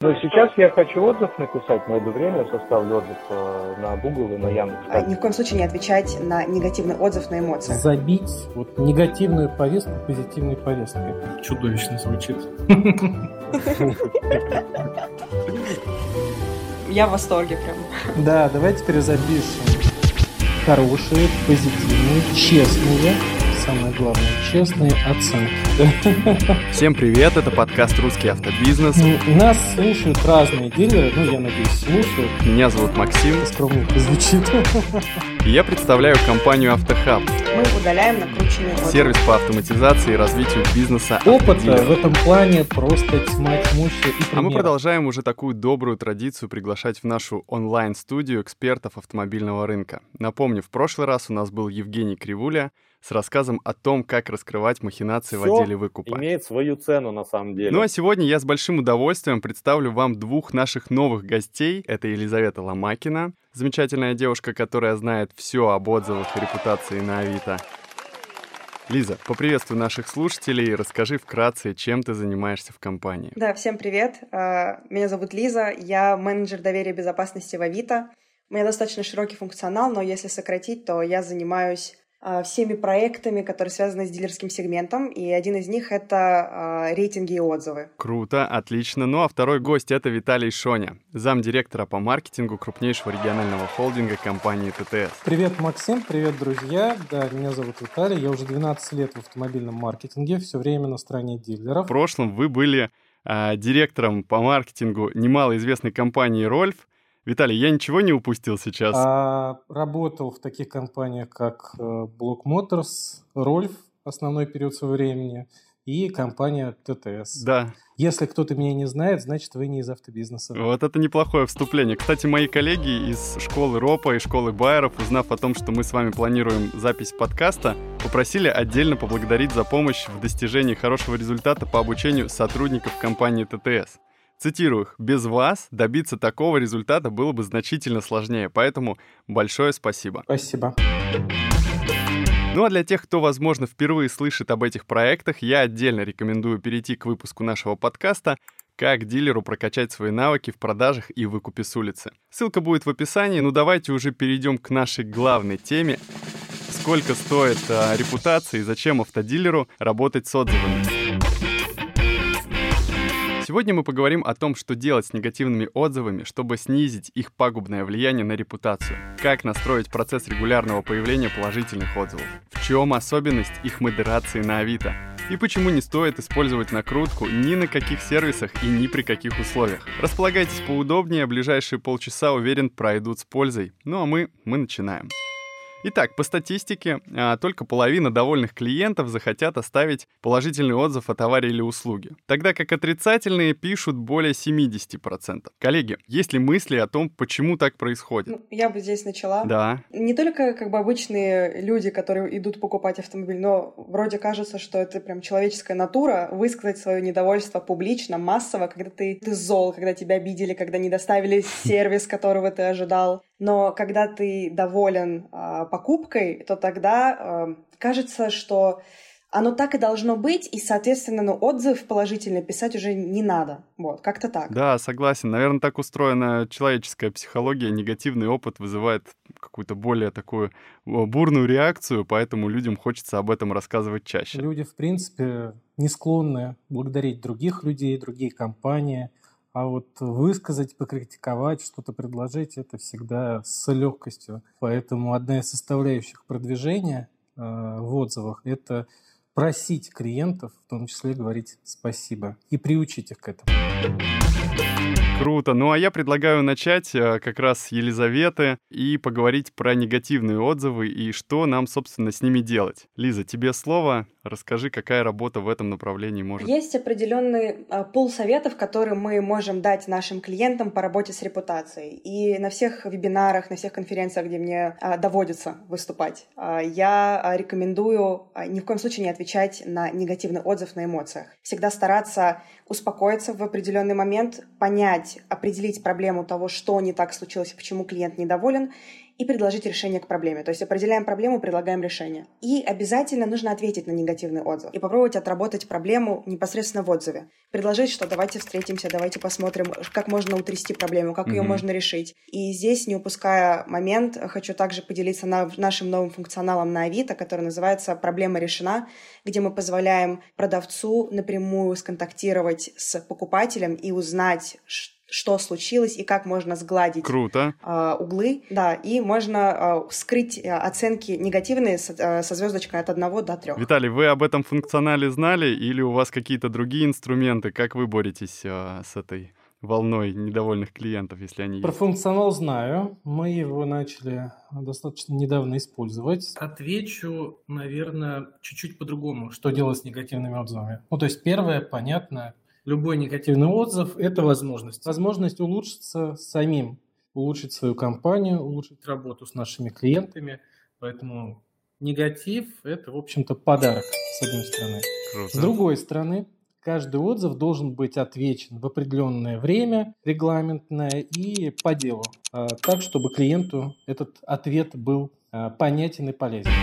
Ну, сейчас я хочу отзыв написать, найду время, составлю отзыв на Google и на Яндекс. Ни в коем случае не отвечать на негативный отзыв на эмоции. Забить негативную повестку позитивной повесткой. Чудовищно звучит. Я в восторге прям. Да, давай теперь запишем хорошие, позитивные, честные, самое главное, честные оценки. Всем привет, это подкаст «Русский автобизнес». Нас слушают разные дилеры, я надеюсь, слушают. Меня зовут Максим. Скромненько звучит. И я представляю компанию «Автохаб». Мы удаляем накрученные отзывы. Сервис по автоматизации и развитию бизнеса Опыта автодилеров. в этом плане просто тьма тьмущая и примеров. А мы продолжаем уже такую добрую традицию приглашать в нашу онлайн-студию экспертов автомобильного рынка. Напомню, в прошлый раз у нас был Евгений Кривуля с рассказом о том, как раскрывать махинации в отделе выкупа. Имеет свою цену на самом деле. Ну а сегодня я с большим удовольствием представлю вам двух наших новых гостей. Это Елизавета Ломакина, замечательная девушка, которая знает все об отзывах и репутации на Авито. Лиза, поприветствуй наших слушателей и расскажи вкратце, чем ты занимаешься в компании. Да, всем привет. Меня зовут Лиза, я менеджер доверия безопасности в Авито. У меня достаточно широкий функционал, но если сократить, то я занимаюсь всеми проектами, которые связаны с дилерским сегментом, и один из них — это рейтинги и отзывы. Круто, отлично. Ну а второй гость — это Виталий Шоня, замдиректора по маркетингу крупнейшего регионального холдинга компании ТТС. Привет, Максим, привет, друзья. Да, меня зовут Виталий, я уже 12 лет в автомобильном маркетинге, все время на стороне дилеров. В прошлом вы были директором по маркетингу немалоизвестной компании «Рольф». Виталий, я ничего не упустил сейчас? Работал в таких компаниях, как Block Motors, Rolf, основной период своего времени, и компания ТТС. Да. Если кто-то меня не знает, значит, вы не из автобизнеса. Вот это неплохое вступление. Кстати, мои коллеги из школы РОПа и школы Байеров, узнав о том, что мы с вами планируем запись подкаста, попросили отдельно поблагодарить за помощь в достижении хорошего результата по обучению сотрудников компании ТТС. Цитирую их: «Без вас добиться такого результата было бы значительно сложнее, поэтому большое спасибо». Спасибо. Ну а для тех, кто, возможно, впервые слышит об этих проектах, я отдельно рекомендую перейти к выпуску нашего подкаста «Как дилеру прокачать свои навыки в продажах и выкупе с улицы». Ссылка будет в описании, ну давайте уже перейдем к нашей главной теме. Сколько стоит репутация и зачем автодилеру работать с отзывами? Сегодня мы поговорим о том, что делать с негативными отзывами, чтобы снизить их пагубное влияние на репутацию, как настроить процесс регулярного появления положительных отзывов, в чем особенность их модерации на Авито, и почему не стоит использовать накрутку ни на каких сервисах и ни при каких условиях. Располагайтесь поудобнее, ближайшие полчаса, уверен, пройдут с пользой. Ну а мы начинаем. Итак, по статистике, только половина довольных клиентов захотят оставить положительный отзыв о товаре или услуге, тогда как отрицательные пишут более 70%. Коллеги, есть ли мысли о том, почему так происходит? Я бы здесь начала. Да. Не только обычные люди, которые идут покупать автомобиль, но вроде кажется, что это прям человеческая натура высказать свое недовольство публично, массово, когда ты зол, когда тебя обидели, когда не доставили сервис, которого ты ожидал. Но когда ты доволен покупкой, то тогда кажется, что оно так и должно быть, и, соответственно, отзыв положительный писать уже не надо. Вот, как-то так. Да, согласен. Наверное, так устроена человеческая психология. Негативный опыт вызывает какую-то более такую бурную реакцию, поэтому людям хочется об этом рассказывать чаще. Люди, в принципе, не склонны благодарить других людей, другие компании. А вот высказать, покритиковать, что-то предложить — это всегда с легкостью. Поэтому одна из составляющих продвижения в отзывах — это просить клиентов, в том числе, говорить спасибо и приучить их к этому. Круто. Ну а я предлагаю начать как раз с Елизаветы и поговорить про негативные отзывы и что нам, собственно, с ними делать. Лиза, тебе слово. Расскажи, какая работа в этом направлении может... Есть определенный пул советов, которые мы можем дать нашим клиентам по работе с репутацией. И на всех вебинарах, на всех конференциях, где мне доводится выступать, я рекомендую ни в коем случае не отвечать на негативный отзыв на эмоциях. Всегда стараться успокоиться в определенный момент, понять, определить проблему того, что не так случилось и почему клиент недоволен, и предложить решение к проблеме. То есть определяем проблему, предлагаем решение. И обязательно нужно ответить на негативный отзыв и попробовать отработать проблему непосредственно в отзыве. Предложить, что давайте встретимся, давайте посмотрим, как можно утрясти проблему, как ее можно решить. И здесь, не упуская момент, хочу также поделиться нашим новым функционалом на Авито, который называется «Проблема решена», где мы позволяем продавцу напрямую сконтактировать с покупателем и узнать, что случилось и как можно сгладить углы. Да, и можно скрыть оценки негативные со звездочкой от 1 до 3. Виталий, вы об этом функционале знали или у вас какие-то другие инструменты? Как вы боретесь с этой волной недовольных клиентов, если они есть? Про функционал знаю. Мы его начали достаточно недавно использовать. Отвечу, наверное, чуть-чуть по-другому, что делать с негативными отзывами. То есть первое, понятно, любой негативный отзыв – это возможность. Возможность улучшиться самим, улучшить свою компанию, улучшить работу с нашими клиентами. Поэтому негатив – это, в общем-то, подарок, с одной стороны. Круто. С другой стороны, каждый отзыв должен быть отвечен в определенное время, регламентное и по делу, так, чтобы клиенту этот ответ был понятен и полезен.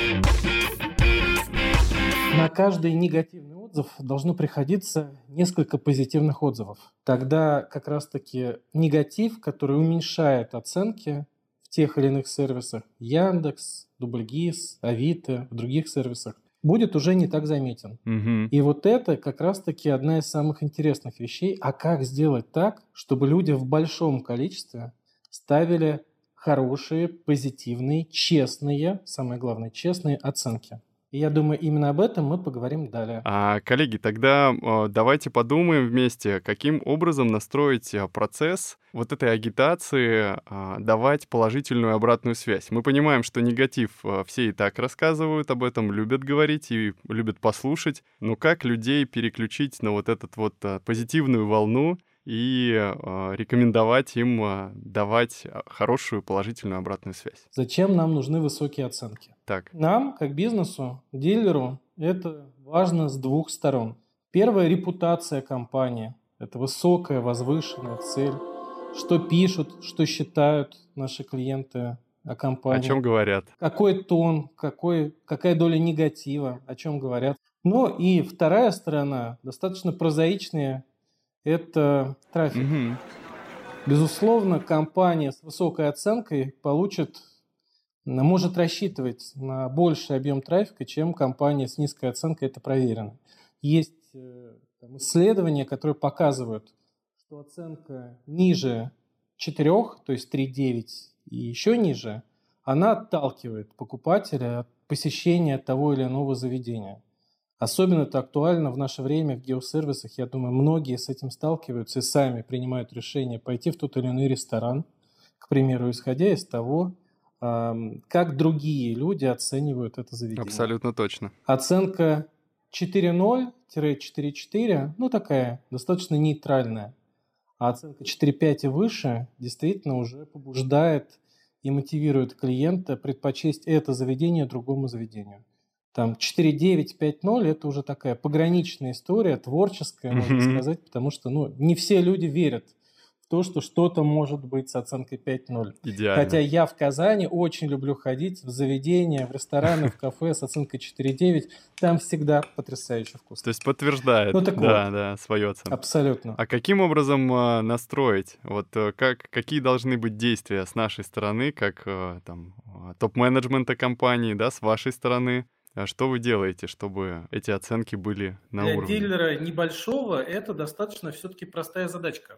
На каждый негативный отзыв должно приходиться несколько позитивных отзывов. Тогда как раз-таки негатив, который уменьшает оценки в тех или иных сервисах, Яндекс, Дубльгиз, Авито, в других сервисах, будет уже не так заметен. И вот это как раз-таки одна из самых интересных вещей. А как сделать так, чтобы люди в большом количестве ставили хорошие, позитивные, честные, самое главное, честные оценки? И я думаю, именно об этом мы поговорим далее. Коллеги, тогда давайте подумаем вместе, каким образом настроить процесс вот этой агитации, давать положительную обратную связь. Мы понимаем, что негатив все и так рассказывают об этом, любят говорить и любят послушать, но как людей переключить на вот эту вот позитивную волну и рекомендовать им давать хорошую положительную обратную связь? Зачем нам нужны высокие оценки? Так. Нам, как бизнесу, дилеру, это важно с двух сторон. Первая – репутация компании. Это высокая, возвышенная цель. Что пишут, что считают наши клиенты о компании. О чем говорят. Какой тон, какая доля негатива, о чем говорят. Ну и вторая сторона, достаточно прозаичная, это трафик. Безусловно, компания с высокой оценкой может рассчитывать на больший объем трафика, чем компания с низкой оценкой, это проверено. Есть исследования, которые показывают, что оценка ниже 4, то есть 3,9 и еще ниже, она отталкивает покупателя от посещения того или иного заведения. Особенно это актуально в наше время в геосервисах. Я думаю, многие с этим сталкиваются и сами принимают решение пойти в тот или иной ресторан, к примеру, исходя из того, как другие люди оценивают это заведение. Абсолютно точно. Оценка 4,0-4,4, такая достаточно нейтральная. А оценка 4,5 и выше действительно уже побуждает и мотивирует клиента предпочесть это заведение другому заведению. Там 4,9, 5,0 – это уже такая пограничная история, творческая, можно сказать, потому что не все люди верят в то, что что-то может быть с оценкой 5,0. Идеально. Хотя я в Казани очень люблю ходить в заведения, в рестораны, в кафе с оценкой 4,9. Там всегда потрясающе вкусно. То есть подтверждает, свою оценку. Абсолютно. А каким образом настроить? Какие должны быть действия с нашей стороны, как топ-менеджмента компании, с вашей стороны? Что вы делаете, чтобы эти оценки были на уровне? Для дилера небольшого это достаточно все-таки простая задачка.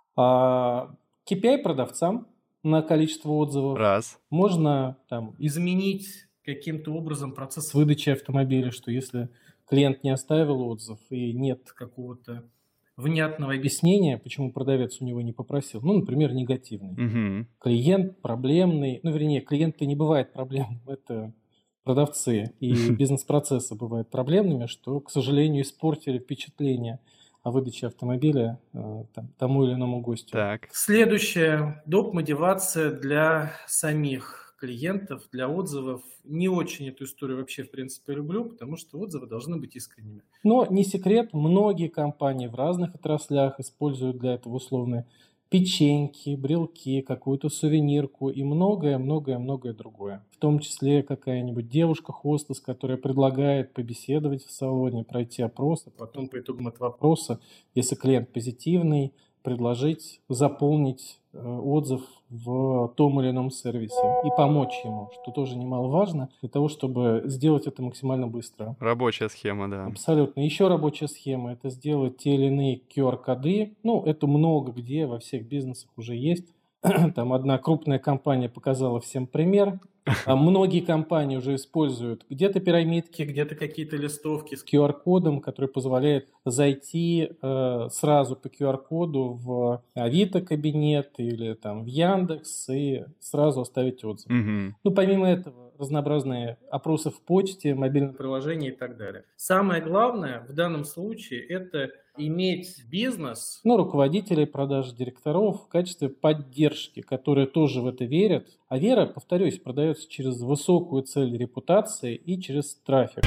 KPI продавцам на количество отзывов. Раз. Можно изменить каким-то образом процесс выдачи автомобиля, что если клиент не оставил отзыв и нет какого-то внятного объяснения, почему продавец у него не попросил, например, негативный. Клиент проблемный, клиент-то не бывает проблемным, это продавцы и бизнес-процессы бывают проблемными, что, к сожалению, испортили впечатление о выдаче автомобиля тому или иному гостю. Так. Следующее. Доп-мотивация для самих клиентов, для отзывов. Не очень эту историю вообще, в принципе, люблю, потому что отзывы должны быть искренними. Но не секрет, многие компании в разных отраслях используют для этого условный печеньки, брелки, какую-то сувенирку и многое-многое-многое другое. В том числе какая-нибудь девушка-хостес, которая предлагает побеседовать в салоне, пройти опрос, а потом по итогам этого опроса, если клиент позитивный, предложить заполнить отзыв в том или ином сервисе и помочь ему, что тоже немаловажно, для того, чтобы сделать это максимально быстро. Рабочая схема, да. Абсолютно. Еще рабочая схема – это сделать те или иные QR-коды. Ну, это много где, во всех бизнесах уже есть. Там одна крупная компания показала всем пример. А многие компании уже используют где-то пирамидки, где-то какие-то листовки с QR-кодом, который позволяет зайти сразу по QR-коду в Авито кабинет или там в Яндекс и сразу оставить отзыв. Мгм. Ну, помимо этого, разнообразные опросы в почте, мобильном приложении и так далее. Самое главное в данном случае – это иметь бизнес, ну, руководителей продаж, директоров в качестве поддержки, которые тоже в это верят. А вера, повторюсь, продается через высокую цель репутации и через трафик.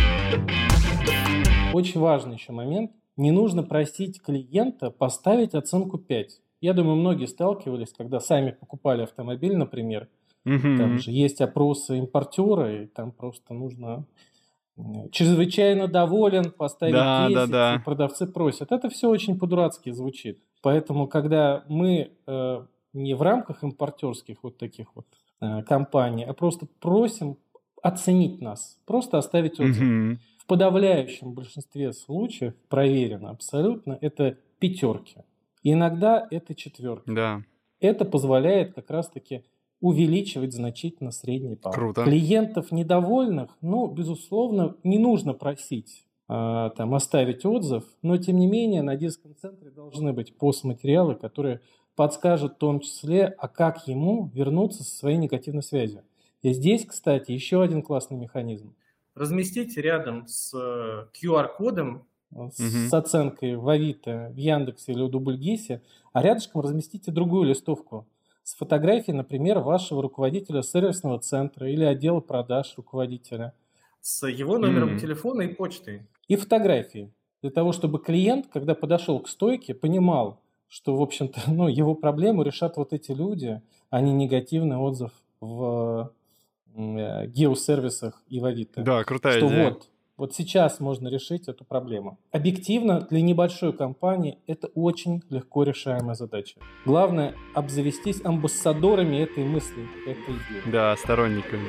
Очень важный еще момент. Не нужно просить клиента поставить оценку 5. Я думаю, многие сталкивались, когда сами покупали автомобиль, например. Мгм. Там же есть опросы импортера, и там просто нужно чрезвычайно доволен, поставить Да, 10, да. и продавцы просят. Это все очень по-дурацки звучит. Поэтому, когда мы не в рамках импортерских вот таких вот компаний, а просто просим оценить нас, просто оставить отзыв. Мгм. В подавляющем большинстве случаев, проверено абсолютно, это 5. Иногда это 4. Да. Это позволяет как раз-таки увеличивать значительно средний балл. Круто. Клиентов недовольных, ну, безусловно, не нужно просить там, оставить отзыв, но, тем не менее, на дисконт-центре должны быть постматериалы, которые подскажут в том числе, а как ему вернуться со своей негативной связью. И здесь, кстати, еще один классный механизм. Разместите рядом с QR-кодом, с оценкой в Авито, в Яндексе или в Дубльгисе, а рядышком разместите другую листовку с фотографией, например, вашего руководителя сервисного центра или отдела продаж руководителя, с его номером телефона и почтой. И фотографии, для того, чтобы клиент, когда подошел к стойке, понимал, что, в общем-то, ну, его проблему решат вот эти люди, а не негативный отзыв в геосервисах и в Авито. Да, крутая что идея. вот сейчас можно решить эту проблему. Объективно, для небольшой компании это очень легко решаемая задача. Главное – обзавестись амбассадорами этой мысли, этой идеи. Да, сторонниками.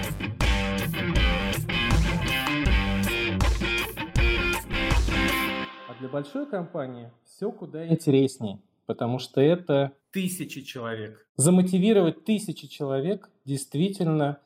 А для большой компании все куда интереснее, потому что это 1000 человек. Замотивировать 1000 человек действительно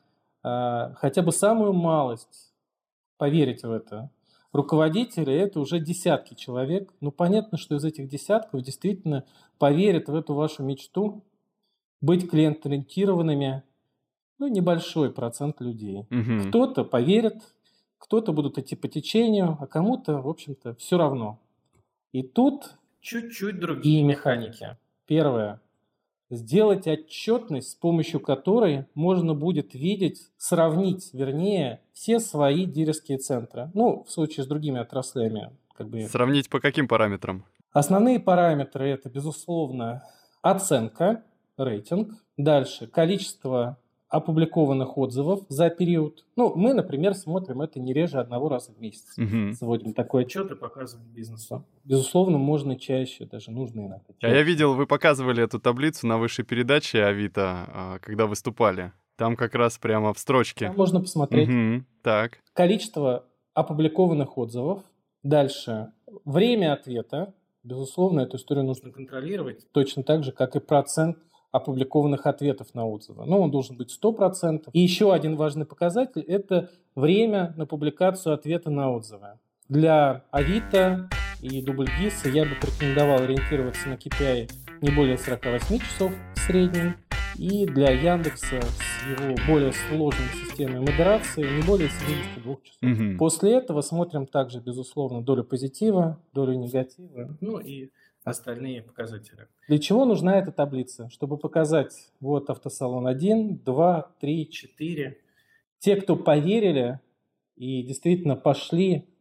хотя бы самую малость поверить в это. Руководители – это уже десятки человек. Ну, понятно, что из этих десятков действительно поверят в эту вашу мечту быть клиент-ориентированными, ну, небольшой процент людей. Мгм. Кто-то поверит, кто-то будут идти по течению, а кому-то, в общем-то, все равно. И тут чуть-чуть другие механики. Первое. Сделать отчетность, с помощью которой можно будет видеть, сравнить, вернее, все свои дилерские центры. Ну, в случае с другими отраслями. Сравнить по каким параметрам? Основные параметры – это, безусловно, оценка, рейтинг. Дальше количество опубликованных отзывов за период. Ну, мы, например, смотрим это не реже 1 раза в месяц. Сводим такой отчет и показываем бизнесу. Безусловно, можно чаще, даже нужно иногда. А я видел, вы показывали эту таблицу на высшей передаче Авито, когда выступали. Там как раз прямо в строчке. Там можно посмотреть. Так. Количество опубликованных отзывов. Дальше время ответа. Безусловно, эту историю нужно контролировать. Точно так же, как и процент опубликованных ответов на отзывы. Ну, он должен быть 100%. И еще один важный показатель – это время на публикацию ответа на отзывы. Для Авито и Дубльгиса я бы порекомендовал ориентироваться на KPI не более 48 часов в среднем. И для Яндекса с его более сложной системой модерации не более 72 часов. После этого смотрим также, безусловно, долю позитива, долю негатива, ну и остальные показатели. Для чего нужна эта таблица? Чтобы показать, вот автосалон 1, 2, 3, 4. Те, кто поверили и действительно пошли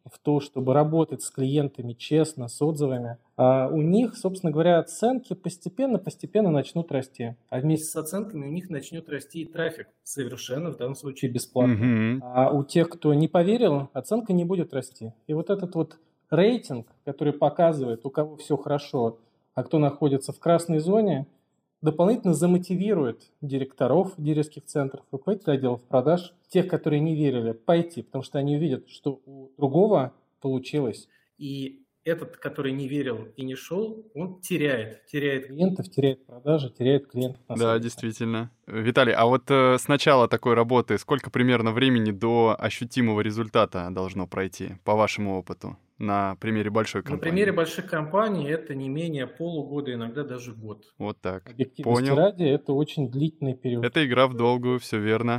в то, чтобы работать с клиентами честно, с отзывами, у них, собственно говоря, оценки постепенно начнут расти. А вместе с оценками у них начнет расти и трафик, совершенно в данном случае бесплатно. А у тех, кто не поверил, оценка не будет расти. И вот этот вот рейтинг, который показывает, у кого все хорошо, а кто находится в красной зоне, дополнительно замотивирует директоров дилерских центров, руководителей отделов продаж, тех, которые не верили, пойти, потому что они увидят, что у другого получилось. И этот, который не верил и не шел, он теряет клиентов, теряет продажи, теряет клиентов. Да, действительно. Виталий, а вот с начала такой работы сколько примерно времени до ощутимого результата должно пройти, по вашему опыту, на примере большой компании? На примере больших компаний это не менее полугода, иногда даже год. Вот так. Объективности ради, это очень длительный период. Это игра в долгую, все верно.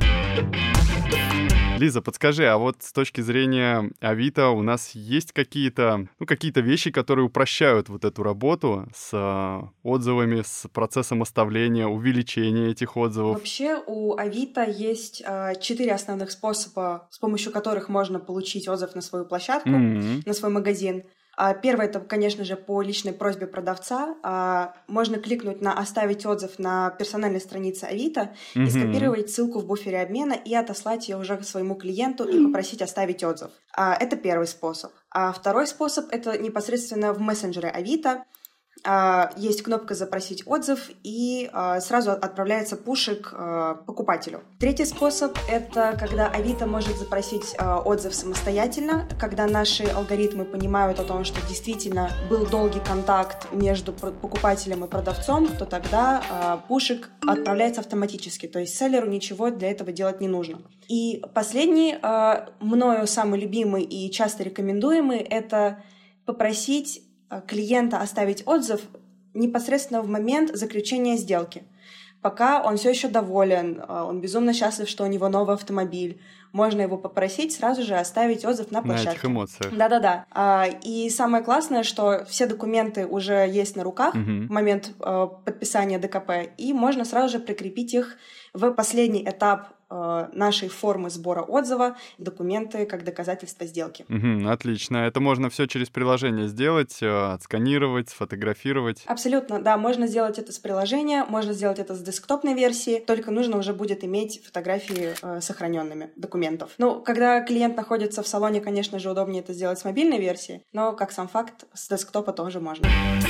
Лиза, подскажи, а вот с точки зрения Авито у нас есть какие-то вещи, которые упрощают вот эту работу с отзывами, с процессом оставления, увеличения этих отзывов? Вообще у Авито есть 4 основных способа, с помощью которых можно получить отзыв на свою площадку, на свой магазин. Первое — это, конечно же, по личной просьбе продавца. Можно кликнуть на «Оставить отзыв» на персональной странице Авито и скопировать ссылку в буфере обмена и отослать ее уже к своему клиенту и попросить оставить отзыв. Это первый способ. Второй способ — это непосредственно в мессенджере Авито. Есть кнопка «Запросить отзыв», и сразу отправляется пушик покупателю. Третий способ — это когда Авито может запросить отзыв самостоятельно, когда наши алгоритмы понимают о том, что действительно был долгий контакт между покупателем и продавцом, то тогда пушик отправляется автоматически, то есть селлеру ничего для этого делать не нужно. И последний, мною самый любимый и часто рекомендуемый, это попросить клиента оставить отзыв непосредственно в момент заключения сделки. Пока он все еще доволен, он безумно счастлив, что у него новый автомобиль, можно его попросить сразу же оставить отзыв на площадке. На этих эмоциях. Да-да-да. И самое классное, что все документы уже есть на руках в момент подписания ДКП, и можно сразу же прикрепить их в последний этап нашей формы сбора отзыва, документы как доказательство сделки. Отлично. Это можно все через приложение сделать, отсканировать, сфотографировать. Абсолютно, да. Можно сделать это с приложения, можно сделать это с десктопной версии, только нужно уже будет иметь фотографии сохраненными документов. Когда клиент находится в салоне, конечно же, удобнее это сделать с мобильной версии, но, как сам факт, с десктопа тоже можно.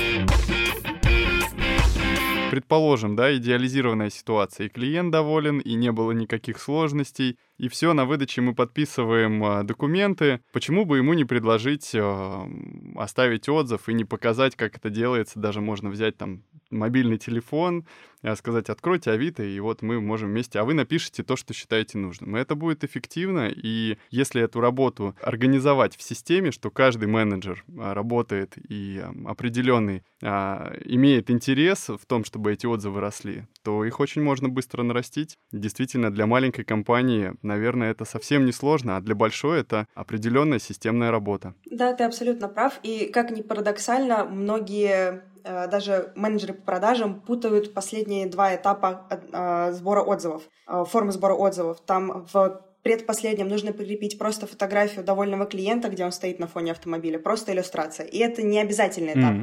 Предположим, да, идеализированная ситуация, и клиент доволен, и не было никаких сложностей, и все, на выдаче мы подписываем документы. Почему бы ему не предложить оставить отзыв и не показать, как это делается? Даже можно взять там мобильный телефон, сказать: откройте Авито, и вот мы можем вместе, а вы напишите то, что считаете нужным. И это будет эффективно, и если эту работу организовать в системе, что каждый менеджер работает и определенный имеет интерес в том, чтобы эти отзывы росли, то их очень можно быстро нарастить. Действительно, для маленькой компании, наверное, это совсем не сложно, а для большой это определенная системная работа. Да, ты абсолютно прав. И как ни парадоксально, многие даже менеджеры по продажам путают последние 2 этапа сбора отзывов, формы сбора отзывов. Там в предпоследнем нужно прикрепить просто фотографию довольного клиента, где он стоит на фоне автомобиля, просто иллюстрация. И это не обязательный этап.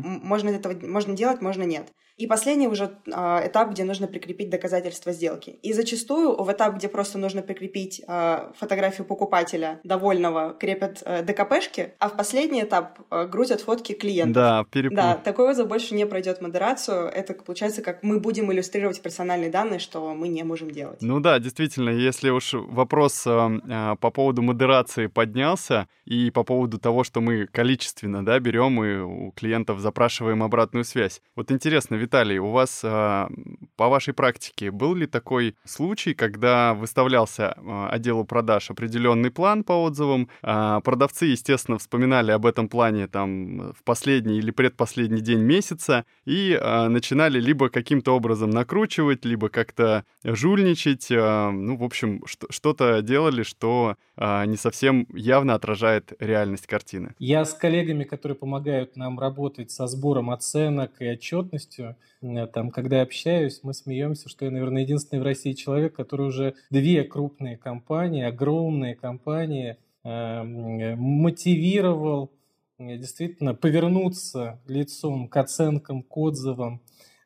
Можно делать, можно нет. И последний уже этап, где нужно прикрепить доказательства сделки. И зачастую в этап, где просто нужно прикрепить фотографию покупателя довольного, крепят ДКПшки, а в последний этап грузят фотки клиентов. Да, перепутал. Да, такой отзыв больше не пройдет модерацию. Это получается, как мы будем иллюстрировать персональные данные, что мы не можем делать. Ну да, действительно, если уж вопрос по поводу модерации поднялся и по поводу того, что мы количественно, да, берем и у клиентов запрашиваем обратную связь. Вот интересно, Виталий, у вас по вашей практике был ли такой случай, когда выставлялся отделу продаж определенный план по отзывам, продавцы, естественно, вспоминали об этом плане там в последний или предпоследний день месяца и начинали либо каким-то образом накручивать, либо как-то жульничать, в общем, что-то делали, что не совсем явно отражает реальность картины. Я с коллегами, которые помогают нам работать со сбором оценок и отчетностью, когда общаюсь, мы смеемся, что я, наверное, единственный в России человек, который уже 2 крупные компании, огромные компании мотивировал действительно повернуться лицом к оценкам, к отзывам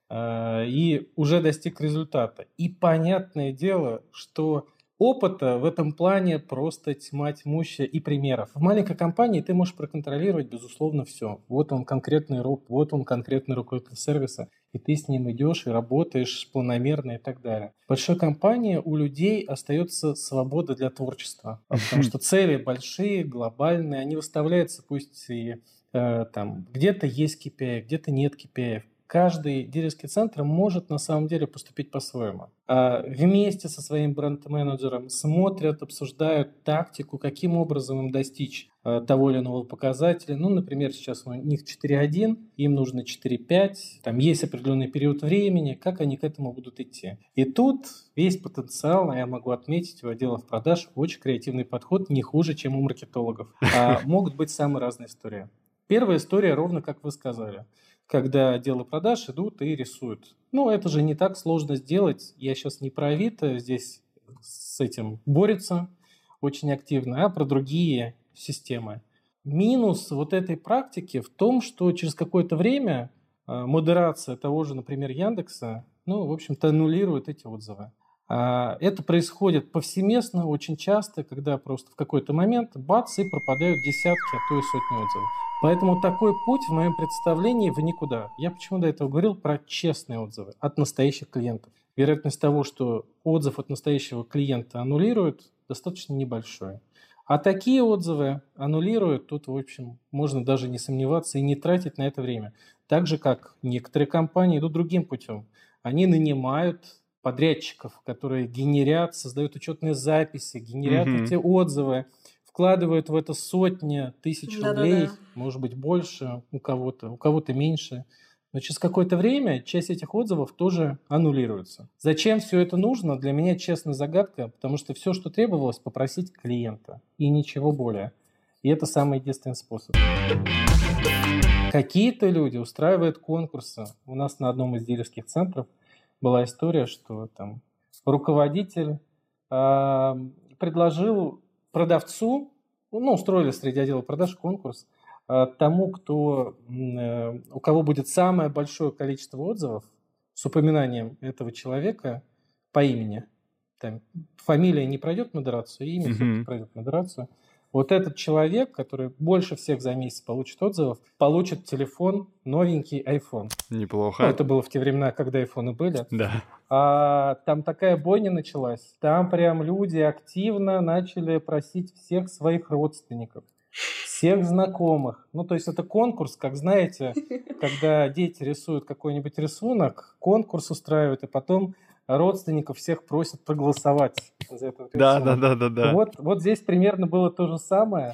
и уже достиг результата. И понятное дело, что опыта в этом плане просто тьма тьмущая и примеров. В маленькой компании ты можешь проконтролировать, безусловно, все. Вот он конкретный роб, вот он конкретный руководитель сервиса, и ты с ним идешь и работаешь планомерно и так далее. В большой компании у людей остается свобода для творчества, потому что цели большие, глобальные, они выставляются, пусть и там где-то есть KPI, где-то нет KPI. Каждый дилерский центр может на самом деле поступить по-своему. Вместе со своим бренд-менеджером смотрят, обсуждают тактику, каким образом им достичь того или иного показателя. Ну, например, сейчас у них 4.1, им нужно 4.5, там есть определенный период времени, как они к этому будут идти. И тут весь потенциал, я могу отметить, у отделов продаж очень креативный подход, не хуже, чем у маркетологов. Могут быть самые разные истории. Первая история, ровно как вы сказали, когда отделы продаж идут и рисуют. Ну, это же не так сложно сделать. Я сейчас не про Авито, здесь с этим борется очень активно, а про другие системы. Минус вот этой практики в том, что через какое-то время модерация того же, например, Яндекса, ну, в общем-то, аннулирует эти отзывы. Это происходит повсеместно, очень часто, когда просто в какой-то момент бац, и пропадают десятки, а то и сотни отзывов. Поэтому такой путь в моем представлении в никуда. Я почему до этого говорил про честные отзывы от настоящих клиентов. Вероятность того, что отзыв от настоящего клиента аннулируют, достаточно небольшой. А такие отзывы аннулируют, тут, в общем, можно даже не сомневаться и не тратить на это время. Так же, как некоторые компании идут другим путем. Они нанимают подрядчиков, которые генерят, создают учетные записи, генерят эти отзывы, вкладывают в это сотни тысяч рублей, может быть, больше у кого-то меньше. Но через какое-то время часть этих отзывов тоже аннулируется. Зачем все это нужно? Для меня, честно, загадка, потому что все, что требовалось, попросить клиента. И ничего более. И это самый единственный способ. Какие-то люди устраивают конкурсы. У нас на одном из дилерских центров была история, что там руководитель предложил продавцу, устроили среди отдела продаж конкурс, тому, у кого будет самое большое количество отзывов с упоминанием этого человека по имени. Там, фамилия не пройдет модерацию, имя все-таки пройдет модерацию. Вот этот человек, который больше всех за месяц получит отзывов, получит телефон, новенький iPhone. Неплохо. Это было в те времена, когда айфоны были. Да. Там такая бойня началась. Там прям люди активно начали просить всех своих родственников, всех знакомых. Ну, то есть это конкурс, как знаете, когда дети рисуют какой-нибудь рисунок, конкурс устраивают, и потом родственников всех просят проголосовать за этот рисунок. Да. Вот здесь примерно было то же самое.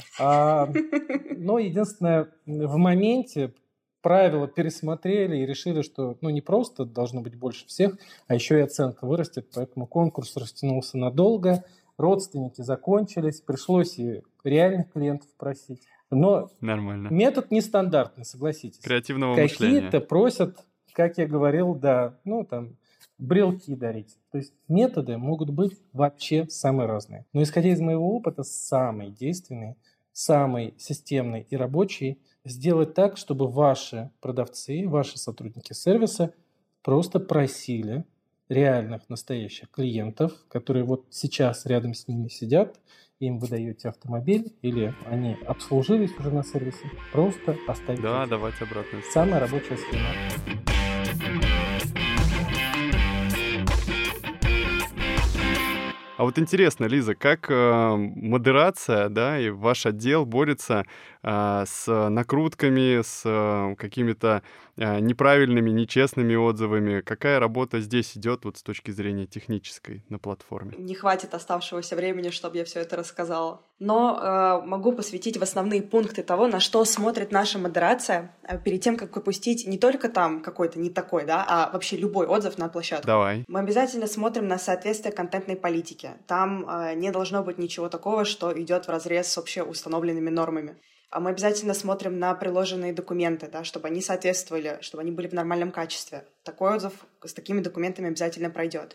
Но единственное, в моменте правила пересмотрели и решили, что не просто должно быть больше всех, а еще и оценка вырастет. Поэтому конкурс растянулся надолго, родственники закончились, пришлось и реальных клиентов просить. Но нормально. Метод нестандартный, согласитесь. Креативного мышления. Какие-то просят, как я говорил, брелки дарить. То есть методы могут быть вообще самые разные. Но исходя из моего опыта, самый действенный, самый системный и рабочий сделать так, чтобы ваши продавцы, ваши сотрудники сервиса просто просили реальных, настоящих клиентов, которые вот сейчас рядом с ними сидят, им вы даете автомобиль, или они обслужились уже на сервисе, просто оставить. Да, давать обратно. Самая рабочая схема. А вот интересно, Лиза, как модерация, и ваш отдел борется с накрутками, с какими-то неправильными, нечестными отзывами? Какая работа здесь идет вот с точки зрения технической на платформе? Не хватит оставшегося времени, чтобы я все это рассказала. Но могу посвятить в основные пункты того, на что смотрит наша модерация перед тем, как выпустить не только там какой-то не такой, а вообще любой отзыв на площадку. Давай. Мы обязательно смотрим на соответствие контентной политике. Там не должно быть ничего такого, что идет вразрез с общеустановленными нормами. Мы обязательно смотрим на приложенные документы, чтобы они соответствовали, чтобы они были в нормальном качестве. Такой отзыв с такими документами обязательно пройдет.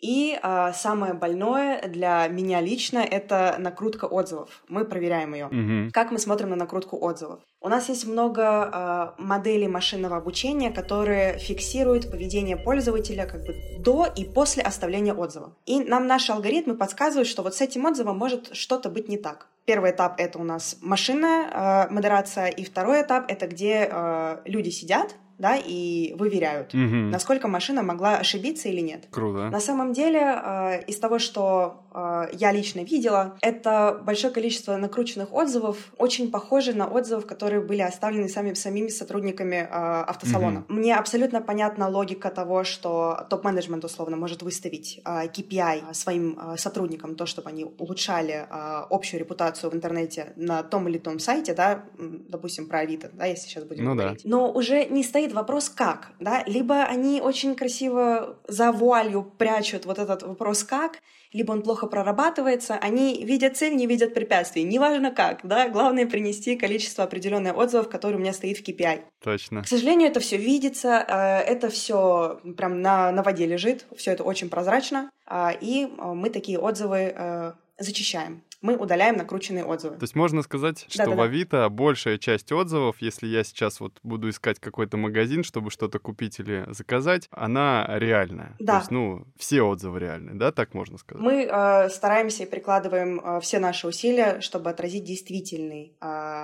И самое больное для меня лично — это накрутка отзывов. Мы проверяем ее. Как мы смотрим на накрутку отзывов? У нас есть много моделей машинного обучения, которые фиксируют поведение пользователя как бы до и после оставления отзыва. И нам наши алгоритмы подсказывают, что вот с этим отзывом может что-то быть не так. Первый этап — это у нас машинная модерация, и второй этап — это где люди сидят, да, и выверяют, насколько машина могла ошибиться или нет. Круто. На самом деле, из того, что я лично видела, это большое количество накрученных отзывов, очень похоже на отзывы, которые были оставлены самими сотрудниками автосалона. Мне абсолютно понятна логика того, что топ-менеджмент, условно, может выставить KPI своим сотрудникам, то, чтобы они улучшали общую репутацию в интернете на том или том сайте, да, допустим, про Авито, да, если сейчас будем говорить. Да. Но уже не стоит вопрос «как?», да, либо они очень красиво за вуалью прячут вот этот вопрос «как?», либо он плохо прорабатывается, они видят цель, не видят препятствий, неважно как, да, главное принести количество определенных отзывов, которые у меня стоит в KPI. Точно. К сожалению, это все видится, это все прям на воде лежит, все это очень прозрачно, и мы такие отзывы зачищаем. Мы удаляем накрученные отзывы. То есть можно сказать, что в Авито большая часть отзывов, если я сейчас вот буду искать какой-то магазин, чтобы что-то купить или заказать, она реальная. Да. То есть, все отзывы реальные, да, так можно сказать? Мы стараемся и прикладываем все наши усилия, чтобы отразить действительный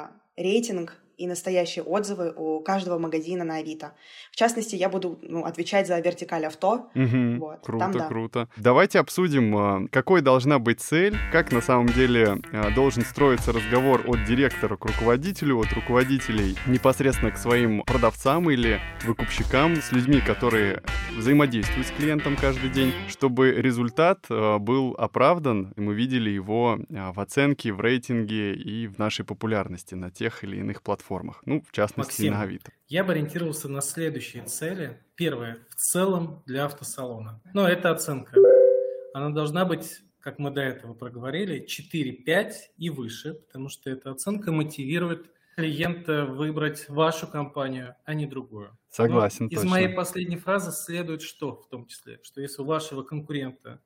рейтинг и настоящие отзывы у каждого магазина на Авито. В частности, я буду отвечать за вертикаль авто. Вот. Круто, там, да. Круто. Давайте обсудим, какой должна быть цель, как на самом деле должен строиться разговор от директора к руководителю, от руководителей непосредственно к своим продавцам или выкупщикам, с людьми, которые взаимодействуют с клиентом каждый день, чтобы результат был оправдан, и мы видели его в оценке, в рейтинге и в нашей популярности на тех или иных платформах. В частности, Максим, на Авито. Я бы ориентировался на следующие цели. Первое, в целом для автосалона. Это оценка. Она должна быть, как мы до этого проговорили, 4-5 и выше, потому что эта оценка мотивирует клиента выбрать вашу компанию, а не другую. Согласен, точно. Из моей последней фразы следует что, в том числе, что если у вашего конкурента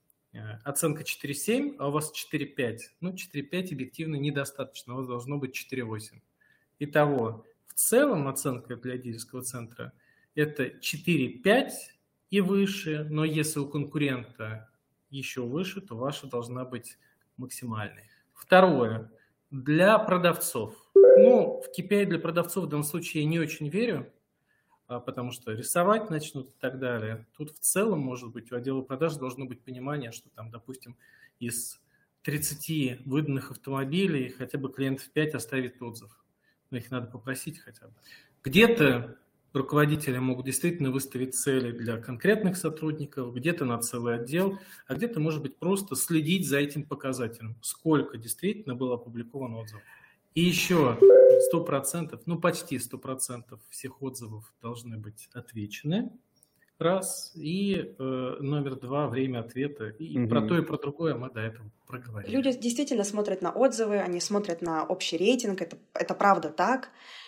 оценка 4,7, а у вас 4,5, 4,5 объективно недостаточно, у вас должно быть 4,8. Итого, в целом оценка для дилерского центра – это 4,5 и выше, но если у конкурента еще выше, то ваша должна быть максимальной. Второе. Для продавцов. В KPI для продавцов в данном случае я не очень верю, потому что рисовать начнут и так далее. Тут в целом, может быть, у отдела продаж должно быть понимание, что там, допустим, из 30 выданных автомобилей хотя бы клиентов 5 оставит отзыв. Но их надо попросить хотя бы. Где-то руководители могут действительно выставить цели для конкретных сотрудников, где-то на целый отдел, а где-то, может быть, просто следить за этим показателем, сколько действительно было опубликовано отзывов. И еще 100%, почти 100% всех отзывов должны быть отвечены. Раз. И номер 2, время ответа. И про то, и про другое мы до этого проговорили. Люди действительно смотрят на отзывы, они смотрят на общий рейтинг, это правда так.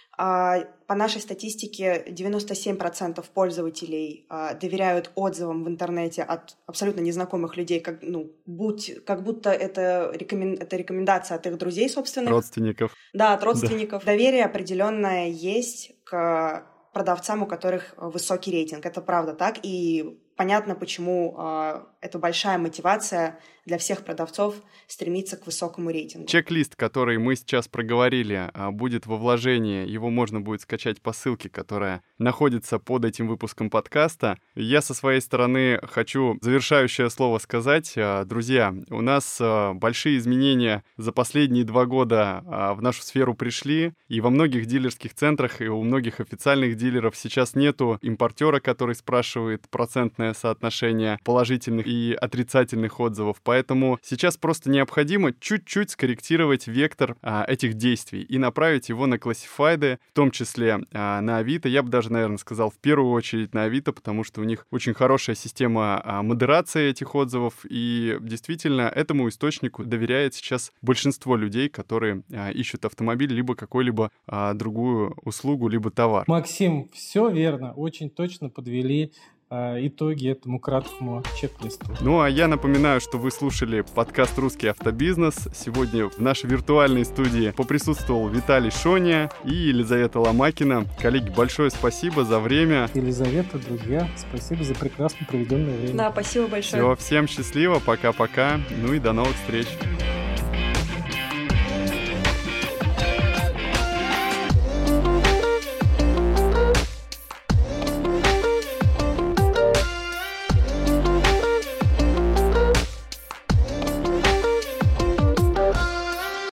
По нашей статистике 97% пользователей доверяют отзывам в интернете от абсолютно незнакомых людей, как будто это рекомендация от их друзей собственных. Родственников. Да, от родственников. Да. Доверие определенное есть к продавцам, у которых высокий рейтинг. Это правда так. И понятно, почему это большая мотивация для всех продавцов стремиться к высокому рейтингу. Чек-лист, который мы сейчас проговорили, будет во вложении. Его можно будет скачать по ссылке, которая находится под этим выпуском подкаста. Я со своей стороны хочу завершающее слово сказать. Друзья, у нас большие изменения за последние 2 года в нашу сферу пришли. И во многих дилерских центрах, и у многих официальных дилеров сейчас нету импортера, который спрашивает процентное соотношение положительных и отрицательных отзывов. Поэтому сейчас просто необходимо чуть-чуть скорректировать вектор этих действий и направить его на классифайды, в том числе на Авито. Я бы даже, наверное, сказал в первую очередь на Авито, потому что у них очень хорошая система модерации этих отзывов. И действительно, этому источнику доверяет сейчас большинство людей, которые ищут автомобиль, либо какую-либо другую услугу, либо товар. Максим, все верно, очень точно подвели итоги этому краткому чек-листу. Ну, а я напоминаю, что вы слушали подкаст «Русский автобизнес». Сегодня в нашей виртуальной студии поприсутствовал Виталий Шоня и Елизавета Ломакина. Коллеги, большое спасибо за время. Елизавета, друзья, спасибо за прекрасно проведенное время. Да, спасибо большое. Всем счастливо, пока-пока, ну и до новых встреч.